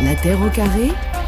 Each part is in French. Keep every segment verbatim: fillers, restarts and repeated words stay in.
La Terre au carré,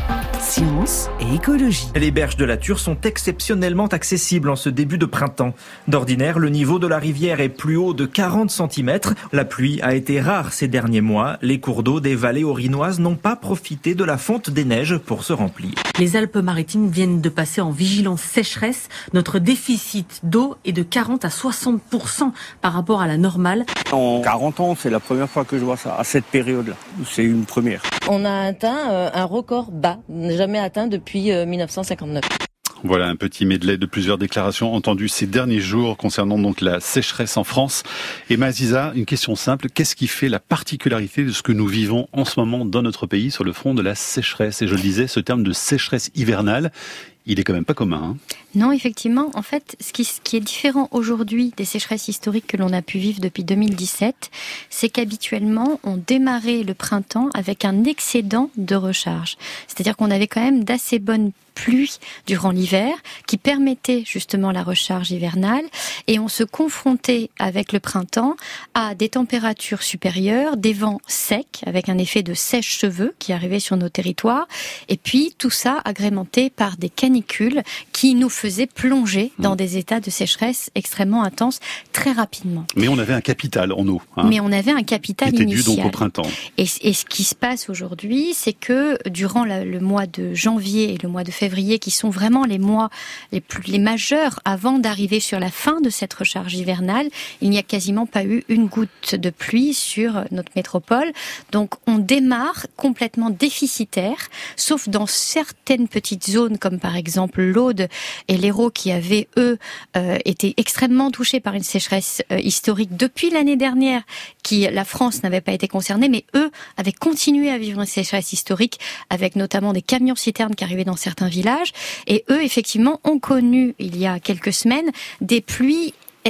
science et écologie. Les berges de la Thur sont exceptionnellement accessibles en ce début de printemps. D'ordinaire, le niveau de la rivière est plus haut de quarante centimètres. La pluie a été rare ces derniers mois. Les cours d'eau des vallées haut-rhinoises n'ont pas profité de la fonte des neiges pour se remplir. Les Alpes-Maritimes viennent de passer en vigilance sécheresse. Notre déficit d'eau est de quarante à soixante pour cent par rapport à la normale. En quarante ans, c'est la première fois que je vois ça, à cette période-là. C'est une première. On a atteint euh, un record bas, jamais atteint depuis euh, mille neuf cent cinquante-neuf. Voilà un petit medley de plusieurs déclarations entendues ces derniers jours concernant donc la sécheresse en France. Et Aziza, une question simple, qu'est-ce qui fait la particularité de ce que nous vivons en ce moment dans notre pays sur le front de la sécheresse? Et je le disais, ce terme de sécheresse hivernale, il est quand même pas commun. Hein. Non, effectivement, en fait, ce qui, ce qui est différent aujourd'hui des sécheresses historiques que l'on a pu vivre depuis deux mille dix-sept, c'est qu'habituellement, on démarrait le printemps avec un excédent de recharge. C'est-à-dire qu'on avait quand même d'assez bonnes pluies durant l'hiver qui permettaient justement la recharge hivernale et on se confrontait avec le printemps à des températures supérieures, des vents secs avec un effet de sèche-cheveux qui arrivait sur nos territoires et puis tout ça agrémenté par des canicules qui nous faisaient plonger dans mmh. des états de sécheresse extrêmement intenses très rapidement. Mais on avait un capital en eau. Hein, Mais on avait un capital qui était initial. dû donc au printemps. Et, et ce qui se passe aujourd'hui, c'est que durant la, le mois de janvier et le mois de février, qui sont vraiment les mois les plus les majeurs avant d'arriver sur la fin de cette recharge hivernale, il n'y a quasiment pas eu une goutte de pluie sur notre métropole. Donc on démarre complètement déficitaire, sauf dans certaines petites zones comme par exemple l'Aude et l'Hérault qui avaient eux euh, été extrêmement touchés par une sécheresse euh, historique depuis l'année dernière, qui la France n'avait pas été concernée, mais eux avaient continué à vivre une sécheresse historique avec notamment des camions citernes qui arrivaient dans certains villages. Et eux, effectivement, ont connu, il y a quelques semaines, des pluies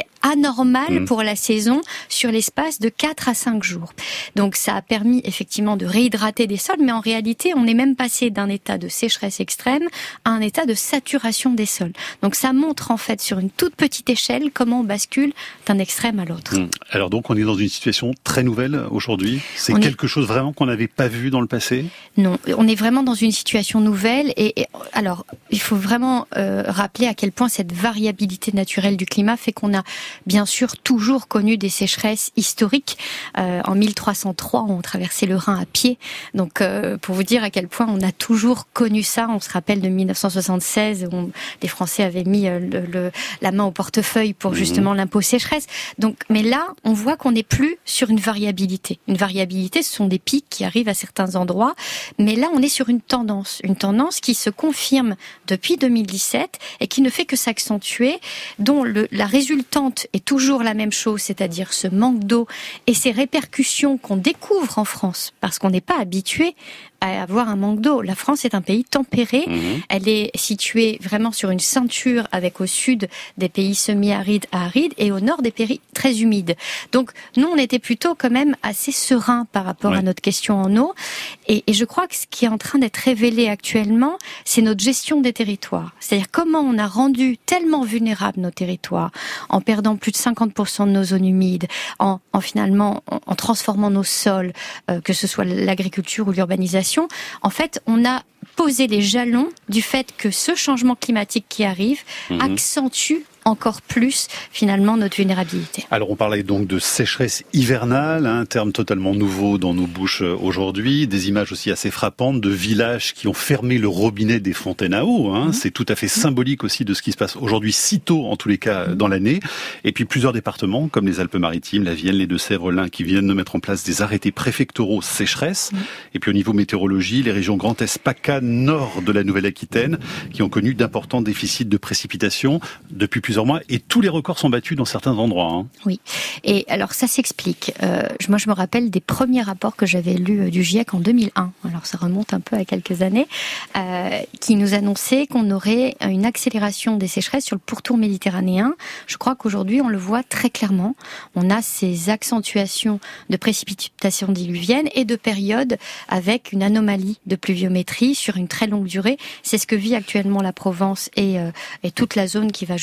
anormal mmh. pour la saison sur l'espace de quatre à cinq jours. Donc ça a permis effectivement de réhydrater des sols, mais en réalité on est même passé d'un état de sécheresse extrême à un état de saturation des sols. Donc ça montre en fait sur une toute petite échelle comment on bascule d'un extrême à l'autre. Mmh. Alors donc on est dans une situation très nouvelle aujourd'hui. C'est on quelque est... chose vraiment qu'on n'avait pas vu dans le passé? Non, on est vraiment dans une situation nouvelle et, et alors il faut vraiment euh, rappeler à quel point cette variabilité naturelle du climat fait qu'on a bien sûr toujours connu des sécheresses historiques. Euh, en mille trois cent trois, on traversait le Rhin à pied. Donc, euh, pour vous dire à quel point on a toujours connu ça. On se rappelle de mille neuf cent soixante-seize, où on, les Français avaient mis euh, le, le, la main au portefeuille pour mmh. justement l'impôt sécheresse. Donc, mais là, on voit qu'on n'est plus sur une variabilité. Une variabilité, ce sont des pics qui arrivent à certains endroits. Mais là, on est sur une tendance. Une tendance qui se confirme depuis deux mille dix-sept et qui ne fait que s'accentuer, dont le, la résultante est toujours la même chose, c'est-à-dire ce manque d'eau et ces répercussions qu'on découvre en France, parce qu'on n'est pas habitué à avoir un manque d'eau. La France est un pays tempéré, mmh. elle est située vraiment sur une ceinture avec au sud des pays semi-arides à arides et au nord des pays très humides. Donc nous, on était plutôt quand même assez serein par rapport ouais. à notre question en eau. Et, et je crois que ce qui est en train d'être révélé actuellement, c'est notre gestion des territoires. C'est-à-dire comment on a rendu tellement vulnérables nos territoires en perdant plus de cinquante pour cent de nos zones humides, en, en finalement en, en transformant nos sols, euh, que ce soit l'agriculture ou l'urbanisation. En fait, on a posé les jalons du fait que ce changement climatique qui arrive mmh. accentue encore plus, finalement, notre vulnérabilité. Alors, on parlait donc de sécheresse hivernale, un terme totalement nouveau dans nos bouches aujourd'hui. Des images aussi assez frappantes de villages qui ont fermé le robinet des fontaines à eau. Hein. Mmh. C'est tout à fait symbolique aussi de ce qui se passe aujourd'hui, si tôt, en tous les cas, dans l'année. Et puis, plusieurs départements, comme les Alpes-Maritimes, la Vienne, les Deux-Sèvres, l'Ain, qui viennent de mettre en place des arrêtés préfectoraux sécheresse. Mmh. Et puis, au niveau météorologie, les régions Grand Est, PACA, nord de la Nouvelle-Aquitaine, qui ont connu d'importants déficits de précipitations depuis plusieurs mois, et tous les records sont battus dans certains endroits. Hein. Oui, et alors ça s'explique. Euh, moi, je me rappelle des premiers rapports que j'avais lus du GIEC en deux mille un, alors ça remonte un peu à quelques années, euh, qui nous annonçait qu'on aurait une accélération des sécheresses sur le pourtour méditerranéen. Je crois qu'aujourd'hui, on le voit très clairement. On a ces accentuations de précipitations diluviennes et de périodes avec une anomalie de pluviométrie sur une très longue durée. C'est ce que vit actuellement la Provence et, euh, et toute la zone qui va jusqu'à Nice.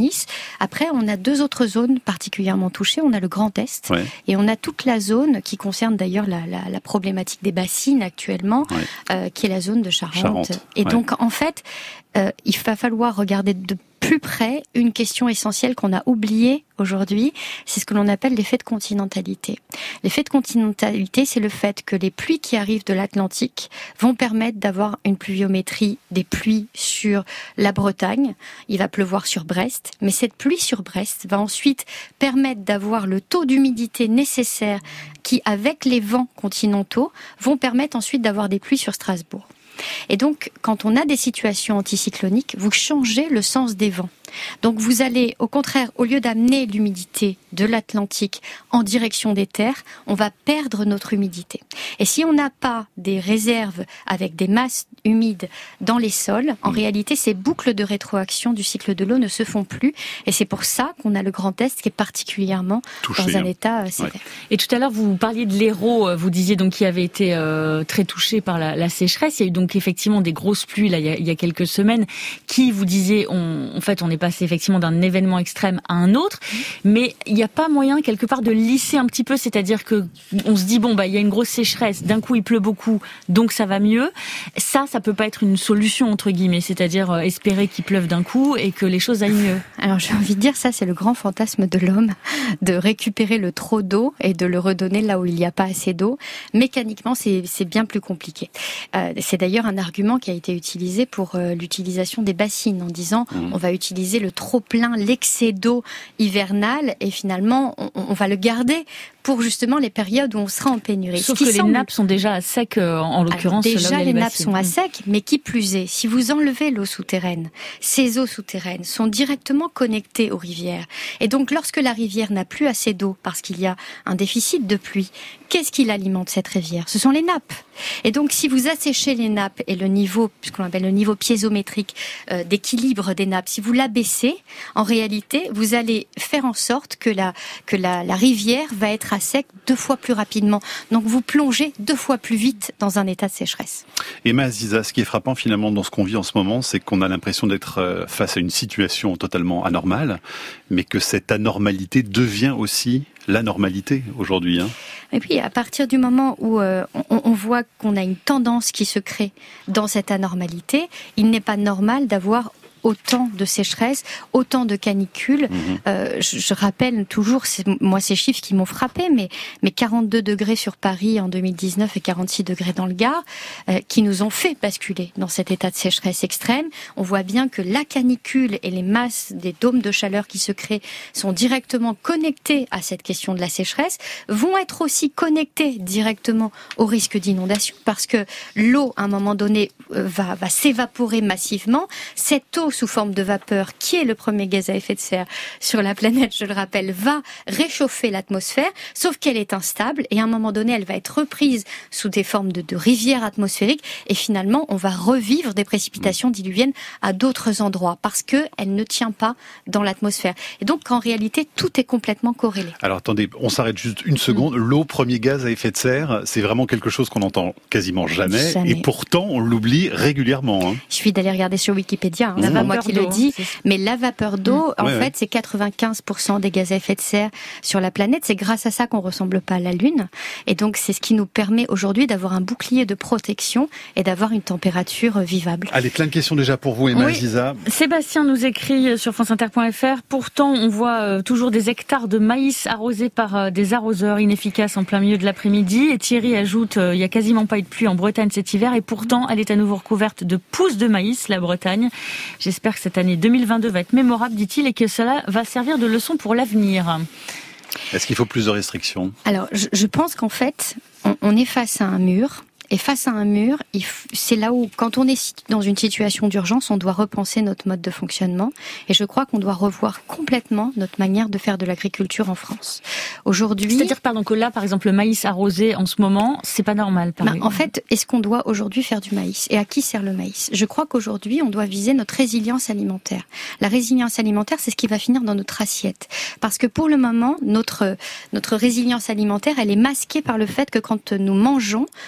maïs. Après, on a deux autres zones particulièrement touchées. On a le Grand Est ouais. et on a toute la zone qui concerne d'ailleurs la, la, la problématique des bassines actuellement, ouais. euh, qui est la zone de Charente. Charente. Et ouais. donc, en fait, euh, il va falloir regarder de plus près une question essentielle qu'on a oubliée aujourd'hui, c'est ce que l'on appelle l'effet de continentalité. L'effet de continentalité, c'est le fait que les pluies qui arrivent de l'Atlantique vont permettre d'avoir une pluviométrie des pluies sur la Bretagne. Il va pleuvoir sur Brest, mais cette pluie sur Brest va ensuite permettre d'avoir le taux d'humidité nécessaire qui, avec les vents continentaux, vont permettre ensuite d'avoir des pluies sur Strasbourg. Et donc, quand on a des situations anticycloniques, vous changez le sens des vents. Donc vous allez, au contraire, au lieu d'amener l'humidité de l'Atlantique en direction des terres, on va perdre notre humidité. Et si on n'a pas des réserves avec des masses humides dans les sols, en mmh. réalité, ces boucles de rétroaction du cycle de l'eau ne se font plus. Et c'est pour ça qu'on a le Grand Est qui est particulièrement touché, dans un hein. état euh, sévère. Ouais. Et tout à l'heure, vous parliez de l'Hérault, vous disiez donc qui avait été euh, très touché par la, la sécheresse. Il y a eu donc effectivement des grosses pluies là, il, y a, il y a quelques semaines qui, vous disiez, on, en fait, on est passé effectivement d'un événement extrême à un autre, mais il n'y a pas moyen quelque part de lisser un petit peu, c'est-à-dire que on se dit bon bah il y a une grosse sécheresse, d'un coup il pleut beaucoup, donc ça va mieux. Ça, ça peut pas être une solution entre guillemets, c'est-à-dire euh, espérer qu'il pleuve d'un coup et que les choses aillent mieux. Alors j'ai envie de dire ça, c'est le grand fantasme de l'homme, de récupérer le trop d'eau et de le redonner là où il n'y a pas assez d'eau. Mécaniquement, c'est, c'est bien plus compliqué. Euh, c'est d'ailleurs un argument qui a été utilisé pour euh, l'utilisation des bassines en disant mmh. on va utiliser le trop plein, l'excès d'eau hivernale et finalement on, on va le garder pour justement les périodes où on sera en pénurie. Sauf que les semble... nappes sont déjà à sec, euh, en l'occurrence. Alors déjà, là les, les nappes bassines. sont à sec, mais qui plus est, si vous enlevez l'eau souterraine, ces eaux souterraines sont directement connectées aux rivières. Et donc, lorsque la rivière n'a plus assez d'eau, parce qu'il y a un déficit de pluie, qu'est-ce qui alimente cette rivière ? Ce sont les nappes. Et donc, si vous asséchez les nappes et le niveau, ce qu'on appelle le niveau piézométrique euh, d'équilibre des nappes, si vous l'abaissez, en réalité, vous allez faire en sorte que la, que la, la rivière va être à sec deux fois plus rapidement. Donc vous plongez deux fois plus vite dans un état de sécheresse. Emma Aziza, ce qui est frappant finalement dans ce qu'on vit en ce moment, c'est qu'on a l'impression d'être face à une situation totalement anormale, mais que cette anormalité devient aussi la normalité aujourd'hui. Hein. Et puis à partir du moment où euh, on, on voit qu'on a une tendance qui se crée dans cette anormalité, il n'est pas normal d'avoir autant de sécheresse, autant de canicules. Mmh. Euh, je, je rappelle toujours, c'est, moi, ces chiffres qui m'ont frappé, mais, mais quarante-deux degrés sur Paris en deux mille dix-neuf et quarante-six degrés dans le Gard, euh, qui nous ont fait basculer dans cet état de sécheresse extrême. On voit bien que la canicule et les masses des dômes de chaleur qui se créent sont directement connectés à cette question de la sécheresse, vont être aussi connectés directement au risque d'inondation, parce que l'eau, à un moment donné, euh, va, va s'évaporer massivement. Cette eau sous forme de vapeur, qui est le premier gaz à effet de serre sur la planète, je le rappelle, va réchauffer l'atmosphère, sauf qu'elle est instable et à un moment donné, elle va être reprise sous des formes de, de rivières atmosphériques et finalement, on va revivre des précipitations diluviennes à d'autres endroits parce qu'elle ne tient pas dans l'atmosphère. Et donc, en réalité, tout est complètement corrélé. Alors, attendez, on s'arrête juste une seconde. Mmh. L'eau, premier gaz à effet de serre, c'est vraiment quelque chose qu'on entend quasiment jamais, jamais. Et pourtant, on l'oublie régulièrement. Hein. Il suffit d'aller regarder sur Wikipédia. Hein. Mmh. Moi qui le dis, mais la vapeur d'eau, mmh. en ouais, fait, ouais. c'est quatre-vingt-quinze pour cent des gaz à effet de serre sur la planète. C'est grâce à ça qu'on ressemble pas à la Lune. Et donc, c'est ce qui nous permet aujourd'hui d'avoir un bouclier de protection et d'avoir une température vivable. Allez, plein de questions déjà pour vous, Emma oui. Aziza. Sébastien nous écrit sur france inter point f r. Pourtant, on voit euh, toujours des hectares de maïs arrosés par euh, des arroseurs inefficaces en plein milieu de l'après-midi. Et Thierry ajoute, euh, il y a quasiment pas eu de pluie en Bretagne cet hiver. Et pourtant, elle est à nouveau recouverte de pousses de maïs, la Bretagne. J'espère que cette année deux mille vingt-deux va être mémorable, dit-il, et que cela va servir de leçon pour l'avenir. Est-ce qu'il faut plus de restrictions ? Alors, je, je pense qu'en fait, on, on est face à un mur. Et face à un mur, il f... c'est là où, quand on est dans une situation d'urgence, on doit repenser notre mode de fonctionnement. Et je crois qu'on doit revoir complètement notre manière de faire de l'agriculture en France. Aujourd'hui, c'est-à-dire, pardon, que là, par exemple, le maïs arrosé en ce moment, c'est pas normal. Bah, en fait, est-ce qu'on doit aujourd'hui faire du maïs ? Et à qui sert le maïs ? Je crois qu'aujourd'hui, on doit viser notre résilience alimentaire. La résilience alimentaire, c'est ce qui va finir dans notre assiette. Parce que pour le moment, notre notre résilience alimentaire, elle est masquée par le fait que quand nous mangeons, nous mangeons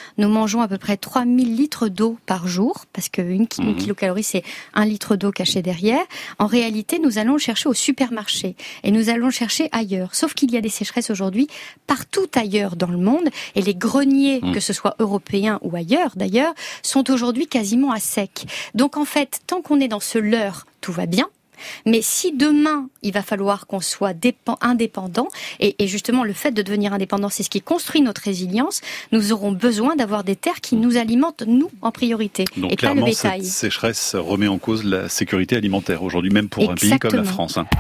mangeons à peu près trois mille litres d'eau par jour, parce qu'une mmh. kilocalorie, c'est un litre d'eau caché derrière. En réalité, nous allons le chercher au supermarché et nous allons le chercher ailleurs. Sauf qu'il y a des sécheresses aujourd'hui partout ailleurs dans le monde et les greniers, mmh. que ce soit européens ou ailleurs d'ailleurs, sont aujourd'hui quasiment à sec. Donc en fait, tant qu'on est dans ce leurre, tout va bien. Mais si demain, il va falloir qu'on soit dépend, indépendant, et, et justement le fait de devenir indépendant, c'est ce qui construit notre résilience, nous aurons besoin d'avoir des terres qui nous alimentent, nous, en priorité, donc, et pas le bétail. Donc cette sécheresse remet en cause la sécurité alimentaire aujourd'hui, même pour Exactement. un pays comme la France. Hein.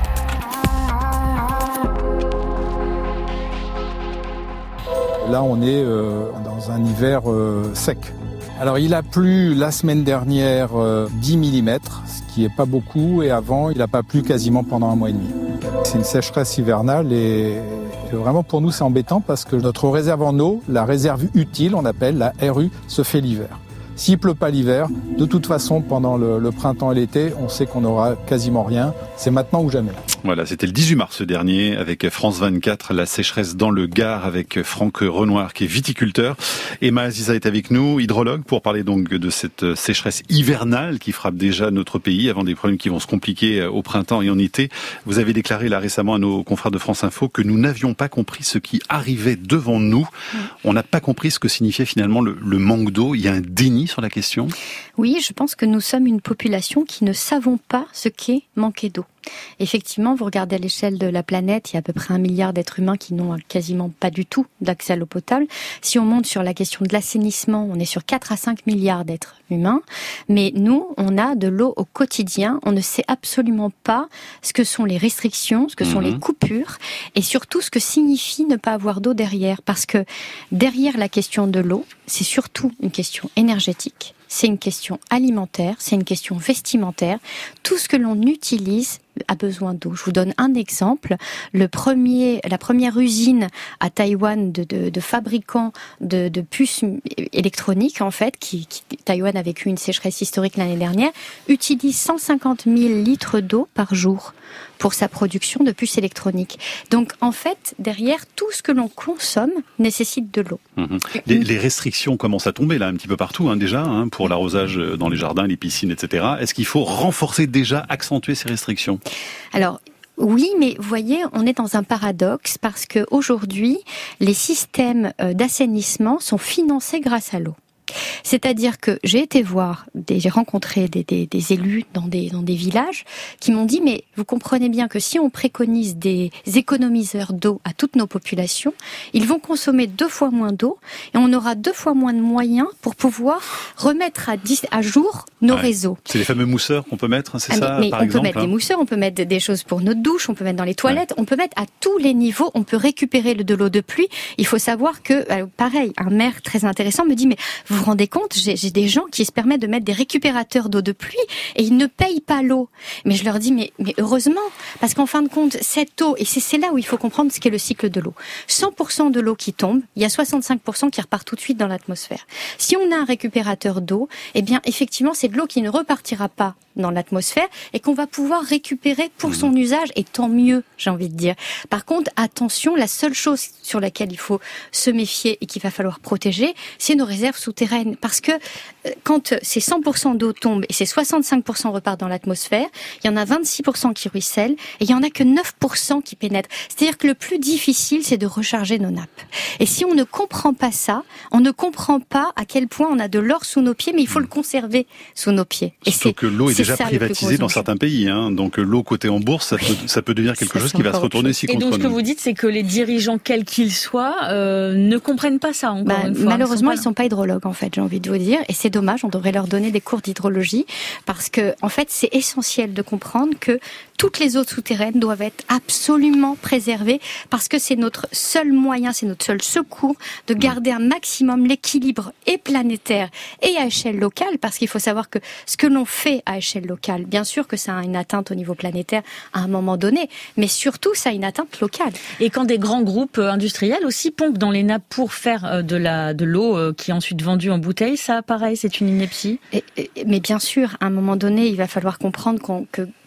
Là, on est euh, dans un hiver euh, sec. Alors, il a plu la semaine dernière euh, dix millimètres, ce qui est pas beaucoup, et avant, il n'a pas plu quasiment pendant un mois et demi. C'est une sécheresse hivernale et vraiment pour nous, c'est embêtant parce que notre réserve en eau, la réserve utile, on appelle la R U, se fait l'hiver. S'il pleut pas l'hiver, de toute façon, pendant le, le printemps et l'été, on sait qu'on n'aura quasiment rien. C'est maintenant ou jamais. Voilà, c'était le dix-huit mars dernier avec France vingt-quatre, la sécheresse dans le Gard avec Franck Renoir qui est viticulteur. Emma Aziza est avec nous, hydrologue, pour parler donc de cette sécheresse hivernale qui frappe déjà notre pays avant des problèmes qui vont se compliquer au printemps et en été. Vous avez déclaré là récemment à nos confrères de France Info que nous n'avions pas compris ce qui arrivait devant nous. On n'a pas compris ce que signifiait finalement le, le manque d'eau. Il y a un déni sur la question ? Oui, je pense que nous sommes une population qui ne savons pas ce qu'est manquer d'eau. Effectivement, vous regardez à l'échelle de la planète, il y a à peu près un milliard d'êtres humains qui n'ont quasiment pas du tout d'accès à l'eau potable. Si on monte sur la question de l'assainissement, on est sur quatre à cinq milliards d'êtres humains. Mais nous, on a de l'eau au quotidien. On ne sait absolument pas ce que sont les restrictions, ce que sont mmh. les coupures et surtout ce que signifie ne pas avoir d'eau derrière. Parce que derrière la question de l'eau, c'est surtout une question énergétique. C'est une question alimentaire, c'est une question vestimentaire. Tout ce que l'on utilise a besoin d'eau. Je vous donne un exemple. Le premier, la première usine à Taïwan de, de, de fabricants de, de puces électroniques, en fait, qui, qui Taïwan a vécu une sécheresse historique l'année dernière, utilise cent cinquante mille litres d'eau par jour pour sa production de puces électroniques. Donc, en fait, derrière, tout ce que l'on consomme nécessite de l'eau. Mmh. Les, les restrictions commencent à tomber, là, un petit peu partout, hein, déjà, hein, pour l'arrosage dans les jardins, les piscines, et cetera. Est-ce qu'il faut renforcer déjà, accentuer ces restrictions ? Alors, oui, mais vous voyez, on est dans un paradoxe parce que aujourd'hui, les systèmes d'assainissement sont financés grâce à l'eau. C'est-à-dire que j'ai été voir, des, j'ai rencontré des, des, des élus dans des, dans des villages qui m'ont dit, mais vous comprenez bien que si on préconise des économiseurs d'eau à toutes nos populations, ils vont consommer deux fois moins d'eau et on aura deux fois moins de moyens pour pouvoir remettre à, dix, à jour nos ouais. réseaux. C'est les fameux mousseurs qu'on peut mettre, c'est ah, ça mais, mais par on exemple, peut mettre hein. des mousseurs, on peut mettre des choses pour notre douche, on peut mettre dans les toilettes, ouais. on peut mettre à tous les niveaux, on peut récupérer de l'eau de pluie. Il faut savoir que, pareil, un maire très intéressant me dit, mais vous vous rendez compte, j'ai, j'ai des gens qui se permettent de mettre des récupérateurs d'eau de pluie et ils ne payent pas l'eau. Mais je leur dis, mais, mais heureusement, parce qu'en fin de compte, cette eau, et c'est, c'est là où il faut comprendre ce qu'est le cycle de l'eau. cent pour cent de l'eau qui tombe, il y a soixante-cinq pour cent qui repart tout de suite dans l'atmosphère. Si on a un récupérateur d'eau, eh bien, effectivement, c'est de l'eau qui ne repartira pas dans l'atmosphère et qu'on va pouvoir récupérer pour son usage, et tant mieux, j'ai envie de dire. Par contre, attention, la seule chose sur laquelle il faut se méfier et qu'il va falloir protéger, c'est nos réserves souterraines. Parce que euh, quand ces cent pour cent d'eau tombe et ces soixante-cinq pour cent repartent dans l'atmosphère, il y en a vingt-six pour cent qui ruissellent et il y en a que neuf pour cent qui pénètrent. C'est-à-dire que le plus difficile, c'est de recharger nos nappes. Et si on ne comprend pas ça, on ne comprend pas à quel point on a de l'or sous nos pieds, mais il faut le conserver sous nos pieds. Et Surtout c'est, que l'eau est c'est déjà privatisée dans certains pays, hein. Donc l'eau cotée en bourse, ça peut, ça peut devenir quelque ça chose qui va se retourner si contre nous. Et donc ce que vous dites, c'est que les dirigeants, quels qu'ils soient, euh, ne comprennent pas ça encore bah, une fois. Malheureusement, ils ne sont pas hydrologues, en fait, j'ai envie de vous dire. Et c'est dommage, on devrait leur donner des cours d'hydrologie parce que, en fait, c'est essentiel de comprendre que toutes les eaux souterraines doivent être absolument préservées parce que c'est notre seul moyen, c'est notre seul secours de garder un maximum l'équilibre et planétaire et à échelle locale, parce qu'il faut savoir que ce que l'on fait à échelle locale, bien sûr que ça a une atteinte au niveau planétaire à un moment donné, mais surtout ça a une atteinte locale. Et quand des grands groupes industriels aussi pompent dans les nappes pour faire de la de l'eau qui est ensuite vendue en bouteille, ça pareil, c'est une ineptie. Et, et, mais bien sûr, à un moment donné, il va falloir comprendre qu'on, que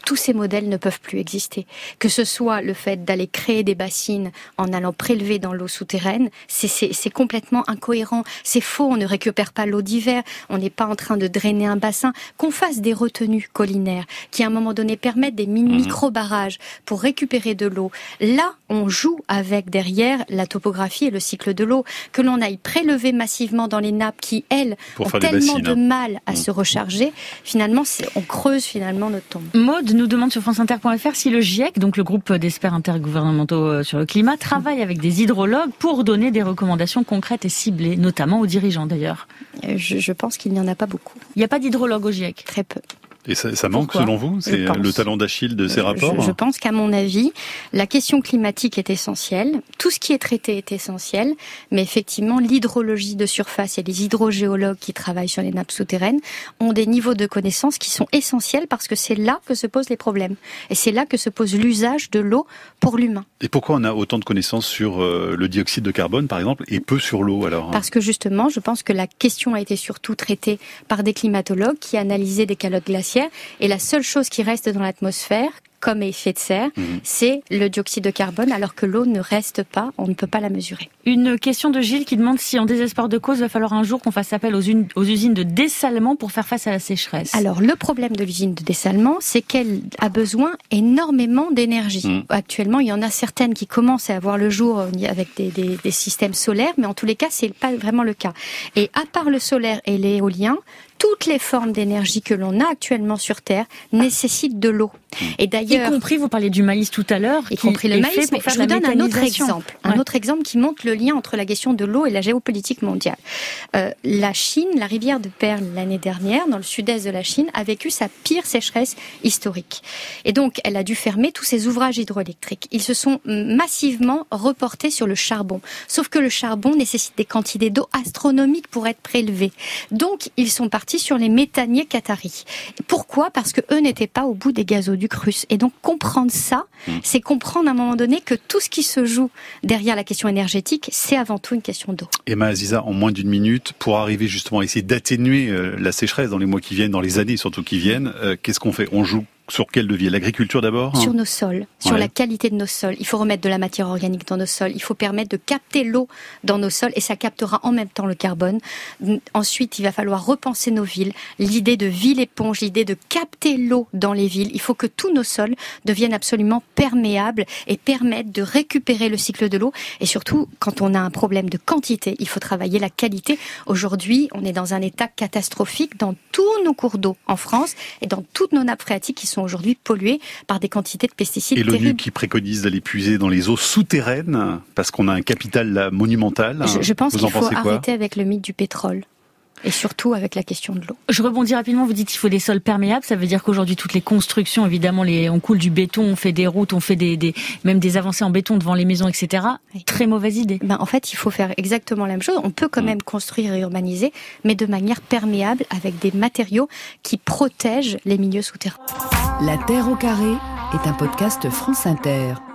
tous ces modèles ne peuvent plus exister. Que ce soit le fait d'aller créer des bassines en allant prélever dans l'eau souterraine, c'est, c'est, c'est complètement incohérent, c'est faux, on ne récupère pas l'eau d'hiver, on n'est pas en train de drainer un bassin, qu'on fasse des retenues collinaires qui à un moment donné permettent des micro-barrages pour récupérer de l'eau. Là, on joue avec derrière la topographie et le cycle de l'eau, que l'on aille prélever massivement dans les nappes qui, elles, pour ont tellement bassines, de mal à mmh. se recharger, finalement, c'est, on creuse finalement notre tombe. Maud nous demande sur franceinter point f r si le GIEC, donc le groupe d'experts intergouvernementaux sur le climat, travaille avec des hydrologues pour donner des recommandations concrètes et ciblées, notamment aux dirigeants d'ailleurs. Je, je pense qu'il n'y en a pas beaucoup. Il n'y a pas d'hydrologue au GIEC ? Très peu. Et ça, ça manque selon vous ? C'est le talon d'Achille de ces euh, rapports ? je, je pense qu'à mon avis, la question climatique est essentielle. Tout ce qui est traité est essentiel. Mais effectivement, l'hydrologie de surface et les hydrogéologues qui travaillent sur les nappes souterraines ont des niveaux de connaissances qui sont essentiels parce que c'est là que se posent les problèmes. Et c'est là que se pose l'usage de l'eau pour l'humain. Et pourquoi on a autant de connaissances sur euh, le dioxyde de carbone, par exemple, et peu sur l'eau alors ? Parce que justement, je pense que la question a été surtout traitée par des climatologues qui analysaient des calottes glaciaires. Et la seule chose qui reste dans l'atmosphère, comme effet de serre, mmh. c'est le dioxyde de carbone, alors que l'eau ne reste pas, on ne peut pas la mesurer. Une question de Gilles qui demande si, en désespoir de cause, il va falloir un jour qu'on fasse appel aux, une, aux usines de dessalement pour faire face à la sécheresse. Alors, le problème de l'usine de dessalement, c'est qu'elle a besoin énormément d'énergie. Mmh. Actuellement, il y en a certaines qui commencent à avoir le jour avec des, des, des systèmes solaires, mais en tous les cas, c'est pas vraiment le cas. Et à part le solaire et l'éolien, toutes les formes d'énergie que l'on a actuellement sur Terre nécessitent de l'eau. Et d'ailleurs, y compris, vous parliez du maïs tout à l'heure, y compris le maïs, mais je vous donne un autre exemple, un ouais. autre exemple qui montre le lien entre la question de l'eau et la géopolitique mondiale. Euh, la Chine, la rivière de Perle l'année dernière, dans le sud-est de la Chine, a vécu sa pire sécheresse historique. Et donc, elle a dû fermer tous ses ouvrages hydroélectriques. Ils se sont massivement reportés sur le charbon. Sauf que le charbon nécessite des quantités d'eau astronomiques pour être prélevé. Donc, ils sont partis sur les méthaniers qataris. Pourquoi ? Parce que eux n'étaient pas au bout des gazoducs russes. Et donc comprendre ça, mmh. c'est comprendre à un moment donné que tout ce qui se joue derrière la question énergétique, c'est avant tout une question d'eau. Emma Aziza, en moins d'une minute, pour arriver justement à essayer d'atténuer euh, la sécheresse dans les mois qui viennent, dans les années surtout qui viennent, euh, qu'est-ce qu'on fait ? On joue sur quel levier ? L'agriculture d'abord ? Sur nos sols, sur ouais. la qualité de nos sols. Il faut remettre de la matière organique dans nos sols. Il faut permettre de capter l'eau dans nos sols et ça captera en même temps le carbone. Ensuite, il va falloir repenser nos villes. L'idée de ville-éponge, l'idée de capter l'eau dans les villes. Il faut que tous nos sols deviennent absolument perméables et permettent de récupérer le cycle de l'eau. Et surtout, quand on a un problème de quantité, il faut travailler la qualité. Aujourd'hui, on est dans un état catastrophique dans tous nos cours d'eau en France et dans toutes nos nappes phréatiques qui sont aujourd'hui polluées par des quantités de pesticides terribles. Et l'ONU terribles. Qui préconise d'aller puiser dans les eaux souterraines parce qu'on a un capital là, monumental. Je, je pense Vous qu'il faut quoi arrêter avec le mythe du pétrole. Et surtout avec la question de l'eau. Je rebondis rapidement, vous dites qu'il faut des sols perméables, ça veut dire qu'aujourd'hui toutes les constructions, évidemment, les, on coule du béton, on fait des routes, on fait des, des, même des avancées en béton devant les maisons, et cetera. Oui. Très mauvaise idée. Ben, en fait, il faut faire exactement la même chose. On peut quand même construire et urbaniser, mais de manière perméable, avec des matériaux qui protègent les milieux souterrains. La Terre au carré est un podcast France Inter.